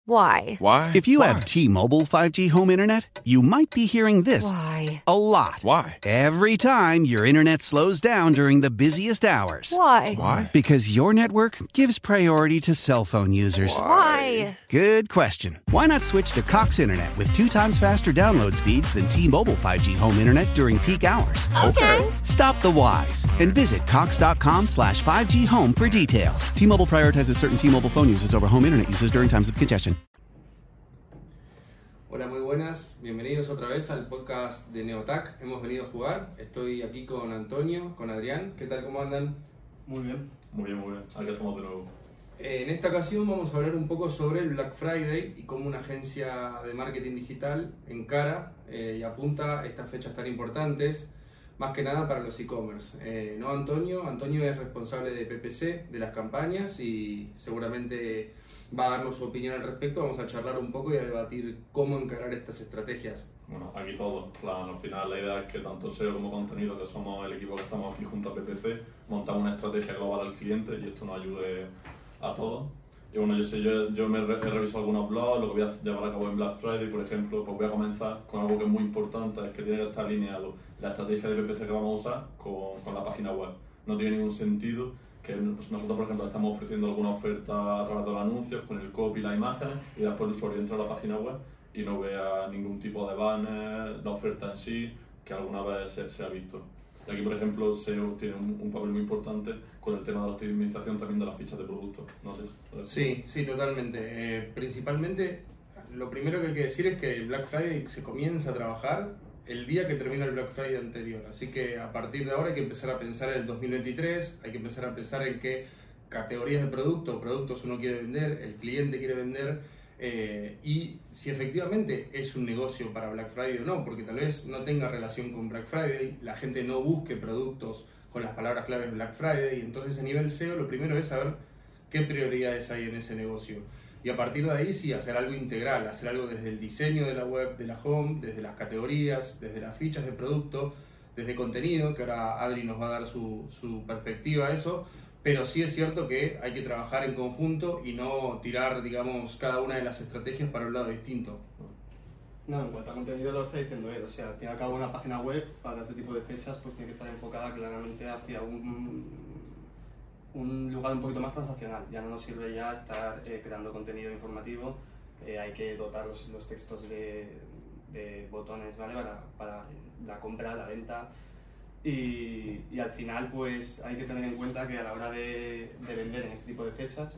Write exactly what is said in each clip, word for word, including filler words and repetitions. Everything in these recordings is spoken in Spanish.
Why? Why? If you Why? have T-Mobile five G home internet, you might be hearing this Why? a lot. Why? Every time your internet slows down during the busiest hours. Why? Why? Because your network gives priority to cell phone users. Why? Good question. Why not switch to Cox Internet with two times faster download speeds than T-Mobile five G home internet during peak hours? Okay. Stop the whys and visit cox.com slash 5G home for details. T-Mobile prioritizes certain T-Mobile phone users over home internet users during times of congestion. Hola, muy buenas. Bienvenidos otra vez al podcast de Neotac. Hemos venido a jugar. Estoy aquí con Antonio, con Adrián. ¿Qué tal? ¿Cómo andan? Muy bien. Muy bien, muy bien. Aquí estamos de nuevo. Eh, en esta ocasión vamos a hablar un poco sobre el Black Friday y cómo una agencia de marketing digital encara eh, y apunta a estas fechas tan importantes, más que nada para los e-commerce. Eh, ¿No, Antonio? Antonio es responsable de P P C, de las campañas, y seguramente va a darnos su opinión al respecto. Vamos a charlar un poco y a debatir cómo encarar estas estrategias. Bueno, aquí todos, plan, al final la idea es que tanto S E O como contenido, que somos el equipo que estamos aquí junto a P P C, montamos una estrategia global al cliente y esto nos ayude a todos. Y bueno, yo sé, yo, yo me he revisado algunos blogs, lo que voy a llevar a cabo en Black Friday, por ejemplo, pues voy a comenzar con algo que es muy importante, es que tiene que estar alineado la estrategia de P P C que vamos a usar con, con la página web. No tiene ningún sentido que pues nosotros, por ejemplo, estamos ofreciendo alguna oferta a través de los anuncios, con el copy y las imágenes, y después el usuario entra a la página web y no vea ningún tipo de banner, la oferta en sí, que alguna vez se, se ha visto. Y aquí, por ejemplo, S E O tiene un, un papel muy importante con el tema de la optimización también de las fichas de productos. No sé, Sí, sí, totalmente. Eh, principalmente, lo primero que hay que decir es que el Black Friday se comienza a trabajar el día que termina el Black Friday anterior. Así que a partir de ahora hay que empezar a pensar en el dos mil veintitrés, hay que empezar a pensar en qué categorías de productos, productos uno quiere vender, el cliente quiere vender, eh, y si efectivamente es un negocio para Black Friday o no, porque tal vez no tenga relación con Black Friday, la gente no busque productos con las palabras claves Black Friday. Entonces, a nivel S E O, lo primero es saber qué prioridades hay en ese negocio. Y a partir de ahí sí, hacer algo integral, hacer algo desde el diseño de la web, de la home, desde las categorías, desde las fichas de producto, desde contenido, que ahora Adri nos va a dar su, su perspectiva a eso. Pero sí es cierto que hay que trabajar en conjunto y no tirar, digamos, cada una de las estrategias para un lado distinto. No, en cuanto a contenido lo está diciendo él, o sea, al fin y al cabo una página web para este tipo de fechas pues tiene que estar enfocada claramente hacia un, un lugar un poquito más transaccional. Ya no nos sirve ya estar eh, creando contenido informativo, eh, hay que dotar los, los textos de, de botones, ¿vale? Para, para la compra, la venta. Y, y al final pues hay que tener en cuenta que a la hora de, de vender en este tipo de fechas,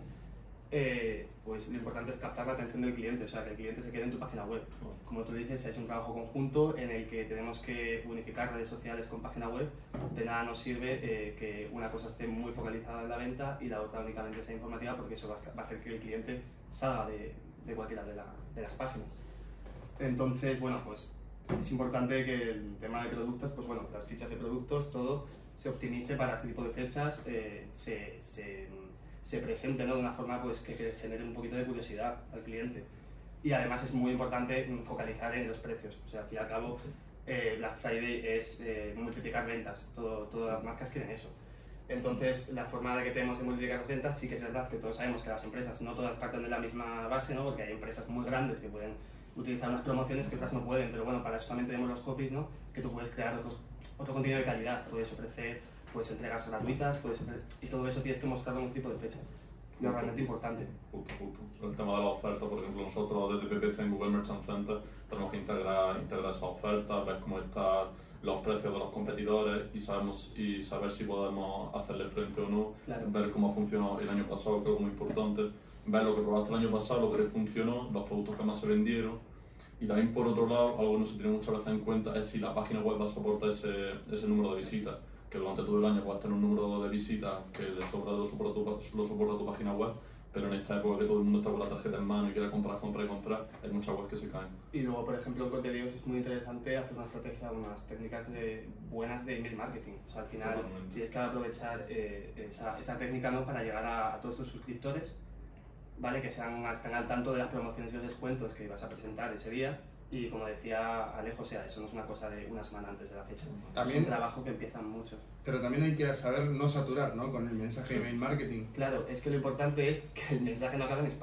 eh, pues lo importante es captar la atención del cliente, o sea, que el cliente se quede en tu página web. Como tú dices, es un trabajo conjunto en el que tenemos que unificar redes sociales con página web. De nada nos sirve eh, que una cosa esté muy focalizada en la venta y la otra únicamente sea informativa, porque eso va a hacer que el cliente salga de, de cualquiera de, la, de las páginas. Entonces, bueno, pues es importante que el tema de productos, pues bueno, las fichas de productos, todo se optimice para este tipo de fechas, eh, se, se, se presente, ¿no? De una forma pues que, que genere un poquito de curiosidad al cliente. Y además es muy importante focalizar en los precios, o sea, al fin y al cabo eh, Black Friday es eh, multiplicar ventas, todo, todas las marcas quieren eso. Entonces, la forma de que tenemos de multiplicar las ventas, sí que es verdad que todos sabemos que las empresas no todas parten de la misma base, ¿no? Porque hay empresas muy grandes que pueden utilizar unas promociones que otras no pueden, pero bueno, para eso también tenemos los copies, ¿no? Que tú puedes crear otros, otro contenido de calidad, puedes ofrecer pues, entregas gratuitas, puedes ofrecer, y todo eso tienes que mostrarlo en este tipo de fechas. Es lo realmente importante. Justo, justo. El tema de la oferta, por ejemplo, nosotros desde P P C en Google Merchant Center tenemos que integrar, integrar esa oferta, ver cómo están los precios de los competidores y, sabemos, y saber si podemos hacerle frente o no, Claro. Ver cómo funcionó el año pasado, que es muy importante, ver lo que probaste el año pasado, lo que le funcionó, los productos que más se vendieron. Y también, por otro lado, algo que no se tiene muchas veces en cuenta es si la página web va a soportar ese, ese número de visitas, que durante todo el año puedes tener un número de visitas que le sobra, lo, soporta tu, lo soporta tu página web, pero en esta época que todo el mundo está con la tarjeta en mano y quiere comprar, comprar y comprar, hay muchas webs que se caen. Y luego, por ejemplo, en contenidos es muy interesante hacer una estrategia, unas técnicas de, buenas de email marketing. O sea, al final Totalmente. tienes que aprovechar eh, esa, esa técnica, ¿no? Para llegar a, a todos tus suscriptores, ¿vale? Que sean, estén al tanto de las promociones y los descuentos que vas a presentar ese día. Y como decía Alejo, o sea, eso no es una cosa de una semana antes de la fecha. También, es un trabajo que empiezan muchos. Pero también hay que saber no saturar, ¿no? Con el mensaje de email marketing. Claro, es que lo importante es que el mensaje no acabe en spam.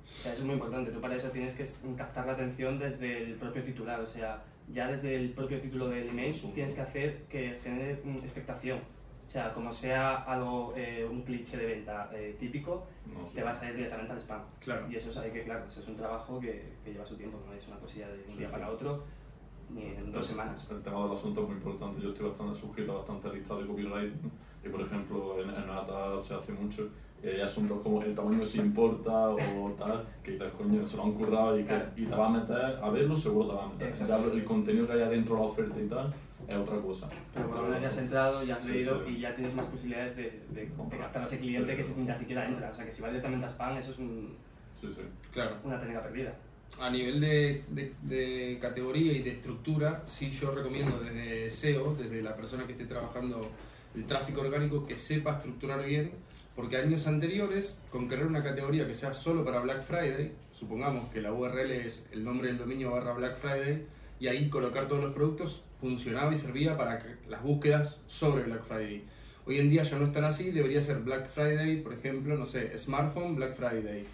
O sea, eso es muy importante. Tú para eso tienes que captar la atención desde el propio titular. O sea, ya desde el propio título del email tienes que hacer que genere expectación. O sea, como sea algo, eh, un cliché de venta eh, típico, no, sí. te vas a ir directamente al spam. Claro. Y eso es, hay que, claro, eso es un trabajo que, que lleva su tiempo, no es una cosilla de un sí, día sí. para otro, ni en dos semanas. El tema del asunto es muy importante. Yo estoy bastante suscrito a bastantes listas de copywriting y, por ejemplo, en, en Ata se hace mucho. Y hay asuntos como el tamaño si importa o tal, que dices, coño, se lo han currado y, claro. que, y te va a meter, a verlo seguro te va a meter. Ya el contenido que hay adentro de la oferta y tal es otra cosa. Pero por lo menos ya has entrado, ya has sí, leído sí. y ya tienes más posibilidades de, de, de captar a ese cliente sí, sí. que ni siquiera entra. O sea, que si va directamente a spam, eso es un, sí, sí. Claro. una técnica perdida. A nivel de, de, de categoría y de estructura, sí yo recomiendo desde S E O, desde la persona que esté trabajando el tráfico orgánico, que sepa estructurar bien, porque años anteriores, con crear una categoría que sea solo para Black Friday, supongamos que la U R L es el nombre del dominio barra Black Friday, y ahí colocar todos los productos, funcionaba y servía para que las búsquedas sobre Black Friday. Hoy en día ya no están así, debería ser Black Friday, por ejemplo, no sé, smartphone Black Friday,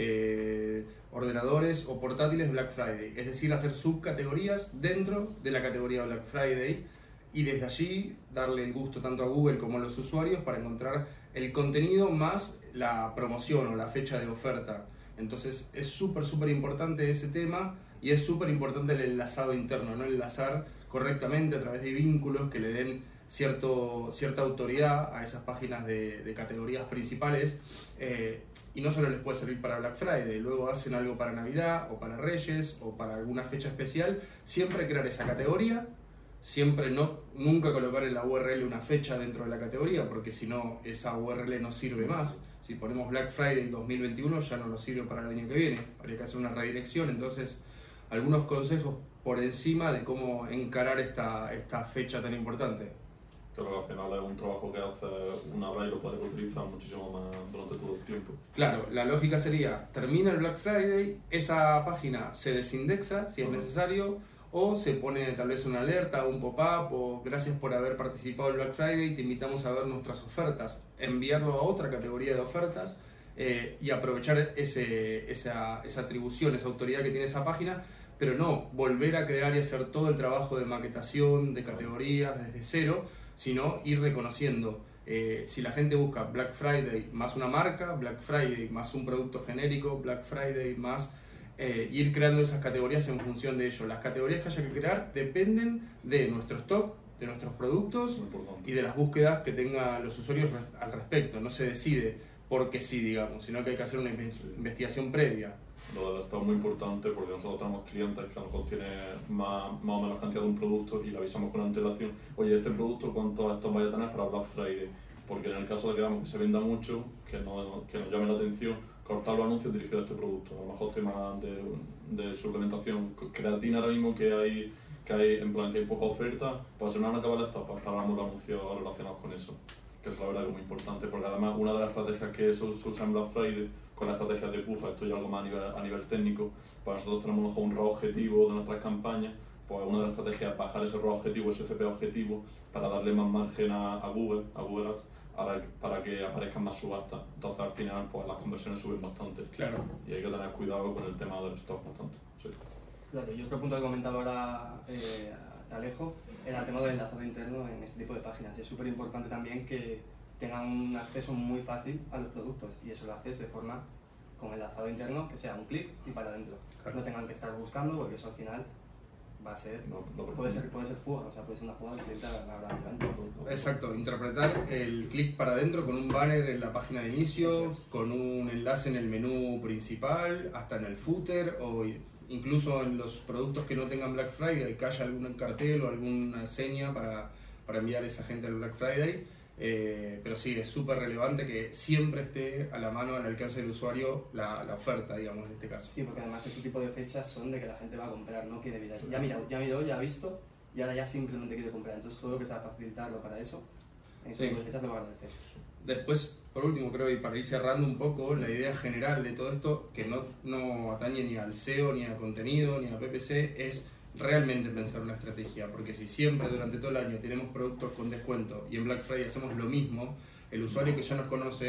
eh, ordenadores o portátiles Black Friday, es decir, hacer subcategorías dentro de la categoría Black Friday y desde allí darle el gusto tanto a Google como a los usuarios para encontrar el contenido más la promoción o la fecha de oferta. Entonces es súper súper importante ese tema y es súper importante el enlazado interno, ¿no? Enlazar correctamente a través de vínculos que le den cierto, cierta autoridad a esas páginas de, de categorías principales, eh, y no solo les puede servir para Black Friday, luego hacen algo para Navidad o para Reyes o para alguna fecha especial, siempre crear esa categoría, siempre no, nunca colocar en la U R L una fecha dentro de la categoría, porque si no esa U R L no sirve más. Si ponemos Black Friday dos mil veintiuno ya no nos sirve para el año que viene, habría que hacer una redirección. Entonces algunos consejos por encima de cómo encarar esta, esta fecha tan importante. Creo que al final es un trabajo que hace una hora y lo puedes utilizar muchísimo más durante todo el tiempo. Claro, la lógica sería, termina el Black Friday, esa página se desindexa si es necesario, o se pone tal vez una alerta, un pop-up, o gracias por haber participado en Black Friday, te invitamos a ver nuestras ofertas, enviarlo a otra categoría de ofertas eh, y aprovechar ese, esa, esa atribución, esa autoridad que tiene esa página, pero no volver a crear y hacer todo el trabajo de maquetación, de categorías desde cero, sino ir reconociendo. Eh, si la gente busca Black Friday más una marca, Black Friday más un producto genérico, Black Friday más... Eh, ir creando esas categorías en función de ello. Las categorías que haya que crear dependen de nuestro stock, de nuestros productos y de las búsquedas que tengan los usuarios al respecto. No se decide porque sí, digamos, sino que hay que hacer una investigación previa. Lo del stock es muy importante porque nosotros tenemos clientes que a lo mejor tienen más, más o menos cantidad de un producto y le avisamos con antelación: oye, este producto, ¿cuántos estos vaya a tener para Black Friday? Porque en el caso de que veamos que se venda mucho, que, no, que nos llame la atención, cortar los anuncios dirigidos a este producto. A lo mejor temas de, de suplementación, creatina ahora mismo que hay, que hay en plan que hay poca oferta, pues si no han acabado estas, pues paramos los anuncios relacionados con eso, que es la verdad que es muy importante, porque además una de las estrategias que se usa en Black Friday, con la estrategia de puja, esto ya algo más a nivel, a nivel técnico, pues nosotros tenemos un ROAS objetivo de nuestras campañas, pues una de las estrategias es bajar ese ROAS objetivo, ese C P A objetivo, para darle más margen a, a Google, a Google Ads, Para, para que aparezcan más subastas. Entonces al final pues las conversiones suben bastante. Claro. Y hay que tener cuidado con el tema del stock bastante. Sí. Claro, y otro punto que comentaba ahora eh, Alejo era el tema del enlazado interno en este tipo de páginas. Y es súper importante también que tengan un acceso muy fácil a los productos, y eso lo haces de forma con el enlazado interno que sea un clic y para adentro. Claro. No tengan que estar buscando, porque eso al final va a ser, no, no puede ser puede ser fuga, o sea, puede ser una fuga del cliente a la hora de... Exacto, interpretar el clic para adentro con un banner en la página de inicio, es. con un enlace en el menú principal, hasta en el footer, o incluso en los productos que no tengan Black Friday, que haya algún cartel o alguna seña para, para enviar a esa gente al Black Friday. Eh, pero sí, es súper relevante que siempre esté a la mano, al alcance del usuario, la, la oferta, digamos, en este caso. Sí, porque además este tipo de fechas son de que la gente va a comprar, no quiere mirar. Ya miró, ya miró, ya ha visto, y ahora ya simplemente quiere comprar. Entonces todo lo que sea facilitarlo para eso, en este tipo de fechas lo va a agradecer. Después, por último, creo, y para ir cerrando un poco, la idea general de todo esto, que no, no atañe ni al S E O, ni a contenido, ni a P P C, es realmente pensar una estrategia, porque si siempre durante todo el año tenemos productos con descuento y en Black Friday hacemos lo mismo, el usuario que ya nos conoce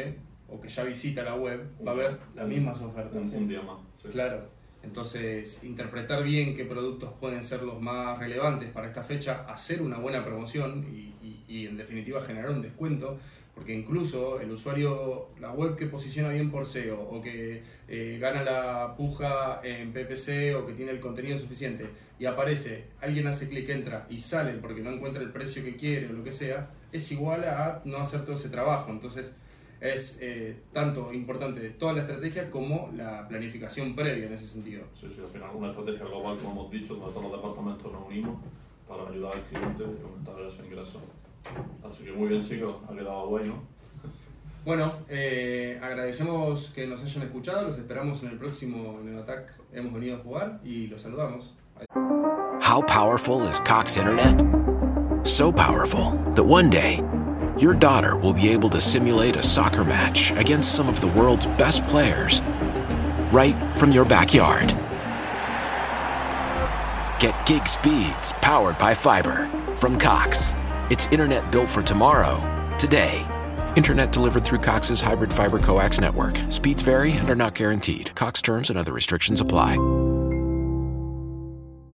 o que ya visita la web va a ver las mismas ofertas. Un, un día más. Sí. Claro. Entonces, interpretar bien qué productos pueden ser los más relevantes para esta fecha, hacer una buena promoción y, y, y en definitiva generar un descuento, porque incluso el usuario, la web que posiciona bien por S E O o que eh, gana la puja en P P C o que tiene el contenido suficiente y aparece, alguien hace clic, entra y sale porque no encuentra el precio que quiere o lo que sea, es igual a no hacer todo ese trabajo. Entonces, es eh, tanto importante toda la estrategia como la planificación previa en ese sentido. Sí, sí, al final una estrategia global, como hemos dicho, donde todos los departamentos nos unimos para ayudar al cliente y aumentar ese ingreso. Así que muy bien, chicos, ha quedado guay, ¿no? Bueno, eh, agradecemos que nos hayan escuchado, los esperamos en el próximo Neoattack. Hemos venido a jugar y los saludamos. How powerful is Cox Internet? So powerful that one day your daughter will be able to simulate a soccer match against some of the world's best players right from your backyard. Get gig speeds powered by fiber from Cox. It's internet built for tomorrow, today. Internet delivered through Cox's hybrid fiber coax network. Speeds vary and are not guaranteed. Cox terms and other restrictions apply.